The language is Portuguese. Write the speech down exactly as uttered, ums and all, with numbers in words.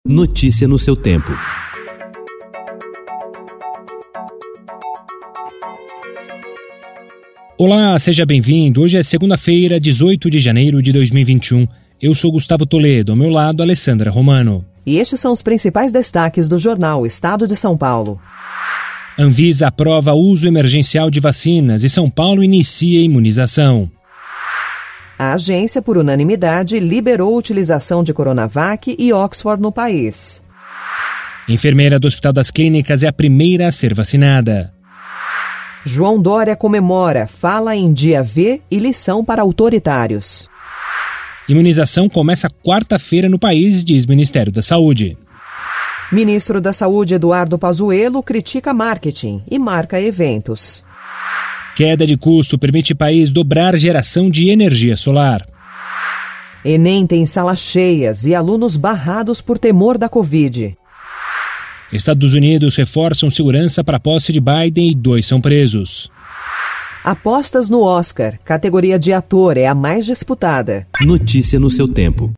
Notícia no seu tempo. Olá, seja bem-vindo. Hoje é segunda-feira, dezoito de janeiro de dois mil e vinte e um. Eu sou Gustavo Toledo, ao meu lado, Alessandra Romano. E estes são os principais destaques do jornal Estado de São Paulo. Anvisa aprova uso emergencial de vacinas e São Paulo inicia imunização. A agência, por unanimidade, liberou a utilização de Coronavac e Oxford no país. Enfermeira do Hospital das Clínicas é a primeira a ser vacinada. João Dória comemora, fala em dia V e lição para autoritários. Imunização começa quarta-feira no país, diz Ministério da Saúde. Ministro da Saúde Eduardo Pazuello critica marketing e marca eventos. Queda de custo permite país dobrar geração de energia solar. Enem tem salas cheias e alunos barrados por temor da Covid. Estados Unidos reforçam segurança para a posse de Biden e dois são presos. Apostas no Oscar. Categoria de ator é a mais disputada. Notícia no seu tempo.